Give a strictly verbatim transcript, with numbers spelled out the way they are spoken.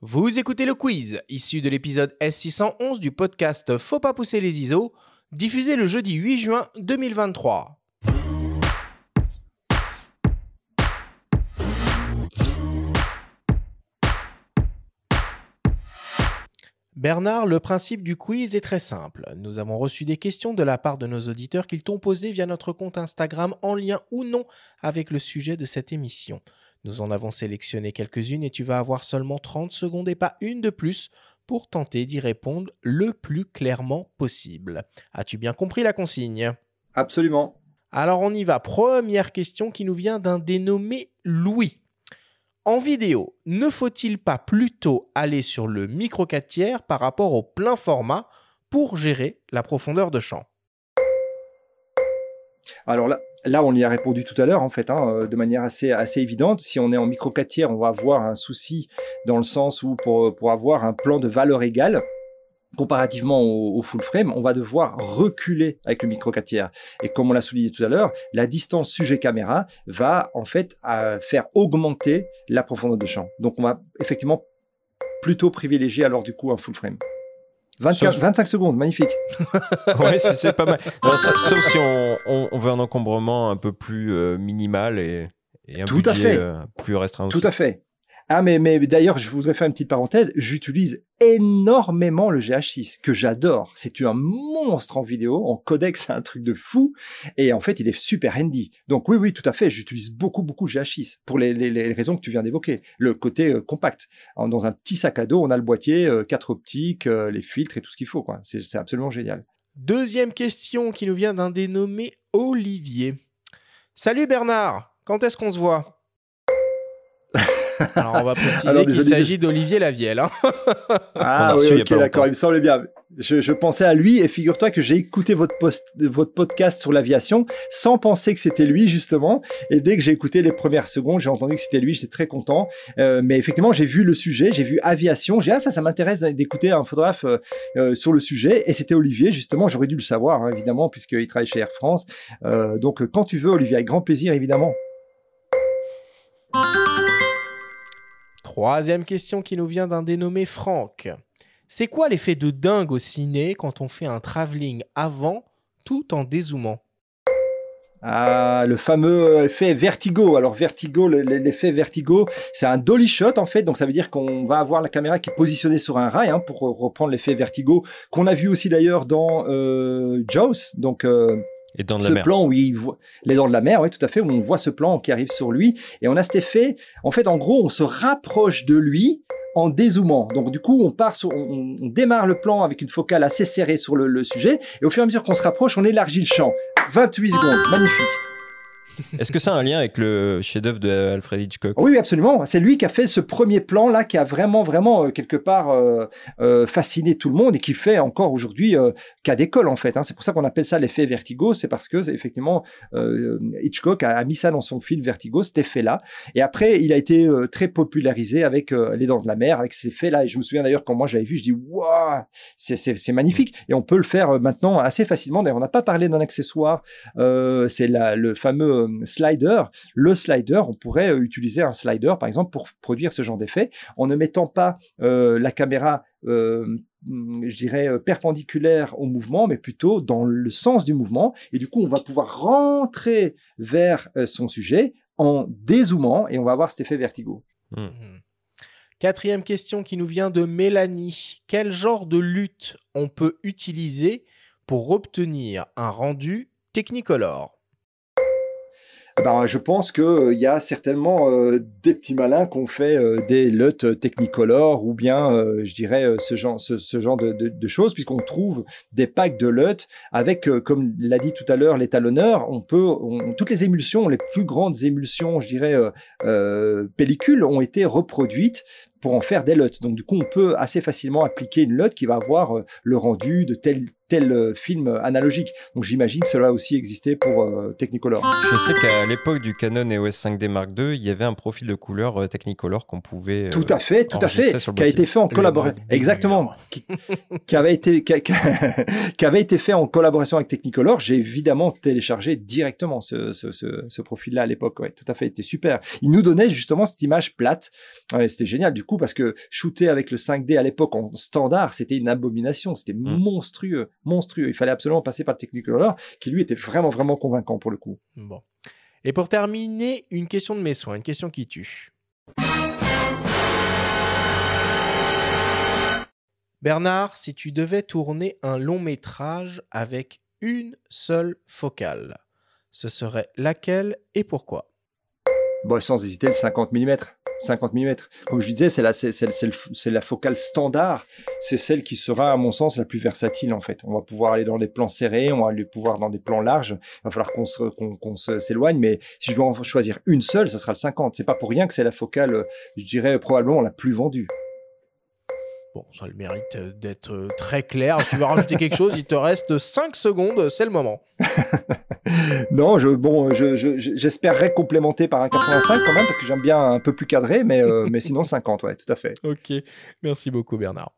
Vous écoutez le quiz, issu de l'épisode S six cent onze du podcast Faut pas pousser les I S O, diffusé le jeudi huit juin deux mille vingt-trois. Bernard, le principe du quiz est très simple. Nous avons reçu des questions de la part de nos auditeurs qu'ils t'ont posées via notre compte Instagram en lien ou non avec le sujet de cette émission. Nous en avons sélectionné quelques-unes et tu vas avoir seulement trente secondes et pas une de plus pour tenter d'y répondre le plus clairement possible. As-tu bien compris la consigne ? Absolument. Alors on y va. Première question qui nous vient d'un dénommé Louis. En vidéo, ne faut-il pas plutôt aller sur le micro quatre tiers par rapport au plein format pour gérer la profondeur de champ ? Alors là, là, on y a répondu tout à l'heure, en fait, hein, de manière assez, assez évidente. Si on est en micro quatre tiers, on va avoir un souci dans le sens où pour, pour avoir un plan de valeur égale, comparativement au, au full frame, on va devoir reculer avec le micro quatre tiers. Et comme on l'a souligné tout à l'heure, la distance sujet-caméra va en fait à faire augmenter la profondeur de champ. Donc on va effectivement plutôt privilégier alors du coup un full frame. vingt-quatre, sauf... vingt-cinq secondes, magnifique. Oui, c'est, c'est pas mal. Non, ça, sauf si on, on, on veut un encombrement un peu plus euh, minimal et, et un tout budget à fait. Euh, plus restreint aussi. Tout à fait. Ah mais, mais d'ailleurs, je voudrais faire une petite parenthèse. J'utilise énormément le G H six, que j'adore. C'est un monstre en vidéo. En codec, c'est un truc de fou. Et en fait, il est super handy. Donc oui, oui, tout à fait. J'utilise beaucoup, beaucoup le G H six pour les, les, les raisons que tu viens d'évoquer. Le côté euh, compact. Alors, dans un petit sac à dos, on a le boîtier, euh, quatre optiques, euh, les filtres et tout ce qu'il faut, quoi. C'est, c'est absolument génial. Deuxième question qui nous vient d'un dénommé Olivier. Salut Bernard, quand est-ce qu'on se voit ? Alors, on va préciser Alors, qu'il s'agit d'Olivier Lavielle. Hein. Ah oui, ok, d'accord, il me semblait bien. Je, je pensais à lui et figure-toi que j'ai écouté votre, post, votre podcast sur l'aviation sans penser que c'était lui, justement. Et dès que j'ai écouté les premières secondes, j'ai entendu que c'était lui, j'étais très content. Euh, mais effectivement, j'ai vu le sujet, j'ai vu aviation. J'ai dit, ah, ça, ça m'intéresse d'écouter un photographe euh, euh, sur le sujet. Et c'était Olivier, justement. J'aurais dû le savoir, hein, évidemment, puisqu'il travaille chez Air France. Euh, donc, quand tu veux, Olivier, avec grand plaisir, évidemment. Troisième question qui nous vient d'un dénommé Franck. C'est quoi l'effet de dingue au ciné quand on fait un travelling avant tout en dézoomant ? Ah, le fameux effet vertigo. Alors vertigo, l'effet vertigo, c'est un dolly shot en fait. Donc ça veut dire qu'on va avoir la caméra qui est positionnée sur un rail, hein, pour reprendre l'effet vertigo qu'on a vu aussi d'ailleurs dans euh, Jaws. Donc euh, Et dans ce la mer. plan où il voit les dents de la mer, oui, tout à fait, où on voit ce plan qui arrive sur lui, et on a cet effet. En fait, en gros, on se rapproche de lui en dézoomant. Donc, du coup, on part sur, on, on démarre le plan avec une focale assez serrée sur le, le sujet, et au fur et à mesure qu'on se rapproche, on élargit le champ. vingt-huit secondes, magnifique. Est-ce que ça a un lien avec le chef-d'œuvre d'Alfred Hitchcock ? Oui, absolument. C'est lui qui a fait ce premier plan-là, qui a vraiment, vraiment, euh, quelque part, euh, euh, fasciné tout le monde et qui fait encore aujourd'hui euh, cas d'école, en fait. Hein. C'est pour ça qu'on appelle ça l'effet vertigo. C'est parce que, effectivement, euh, Hitchcock a, a mis ça dans son film Vertigo, cet effet-là. Et après, il a été euh, très popularisé avec euh, Les Dents de la Mer, avec cet effet-là. Et je me souviens d'ailleurs, quand moi j'avais vu, je dis, waouh, c'est, c'est, c'est magnifique. Et on peut le faire euh, maintenant assez facilement. D'ailleurs, on n'a pas parlé d'un accessoire. Euh, c'est la, le fameux slider. Le slider, on pourrait euh, utiliser un slider, par exemple, pour produire ce genre d'effet, en ne mettant pas euh, la caméra, euh, je dirais, euh, perpendiculaire au mouvement, mais plutôt dans le sens du mouvement. Et du coup, on va pouvoir rentrer vers euh, son sujet en dézoomant et on va avoir cet effet vertigo. Mmh. Quatrième question qui nous vient de Mélanie. Quel genre de lutte on peut utiliser pour obtenir un rendu Technicolor ? Ben, je pense qu'il euh, y a certainement euh, des petits malins qui ont fait euh, des L U T Technicolor ou bien, euh, je dirais, euh, ce genre, ce, ce genre de, de, de choses, puisqu'on trouve des packs de L U T avec, euh, comme l'a dit tout à l'heure l'étalonneur, on peut, on, toutes les émulsions, les plus grandes émulsions, je dirais, euh, euh, pellicules ont été reproduites pour en faire des L U T. Donc, du coup, on peut assez facilement appliquer une L U T qui va avoir euh, le rendu de tel tel euh, film analogique. Donc j'imagine que cela a aussi existé pour euh, Technicolor. Je sais qu'à l'époque du Canon E O S cinq D Mark deux, il y avait un profil de couleur euh, Technicolor qu'on pouvait euh, tout à fait, tout à fait, qui a été fait en collaboration, exactement, qui, qui avait été qui, a, qui avait été fait en collaboration avec Technicolor. J'ai évidemment téléchargé directement ce, ce, ce, ce profil-là à l'époque. Ouais, tout à fait, c'était super. Il nous donnait justement cette image plate. Ouais, c'était génial du coup parce que shooter avec le cinq D à l'époque en standard, c'était une abomination, c'était mmh. monstrueux, monstrueux. Il fallait absolument passer par le Technicolor, qui lui était vraiment vraiment convaincant pour le coup. Bon. Et pour terminer, une question de mes soins, une question qui tue. Bernard, si tu devais tourner un long métrage avec une seule focale, ce serait laquelle et pourquoi ? Bon, sans hésiter, le cinquante millimètres. cinquante millimètres. Comme je disais, c'est la, c'est, c'est, c'est, le, c'est la focale standard. C'est celle qui sera, à mon sens, la plus versatile, en fait. On va pouvoir aller dans des plans serrés, on va aller pouvoir dans des plans larges. Il va falloir qu'on, se, qu'on, qu'on se, s'éloigne. Mais si je dois en choisir une seule, ce sera le cinquante. C'est pas pour rien que c'est la focale, je dirais, probablement la plus vendue. Bon, ça a le mérite d'être très clair. Si tu veux rajouter quelque chose, il te reste cinq secondes, c'est le moment. Non, je, bon, je, je, j'espérerais complémenter par un quatre-vingt-cinq quand même, parce que j'aime bien un peu plus cadré, mais, euh, mais sinon cinquante, ouais, tout à fait. Ok, merci beaucoup Bernard.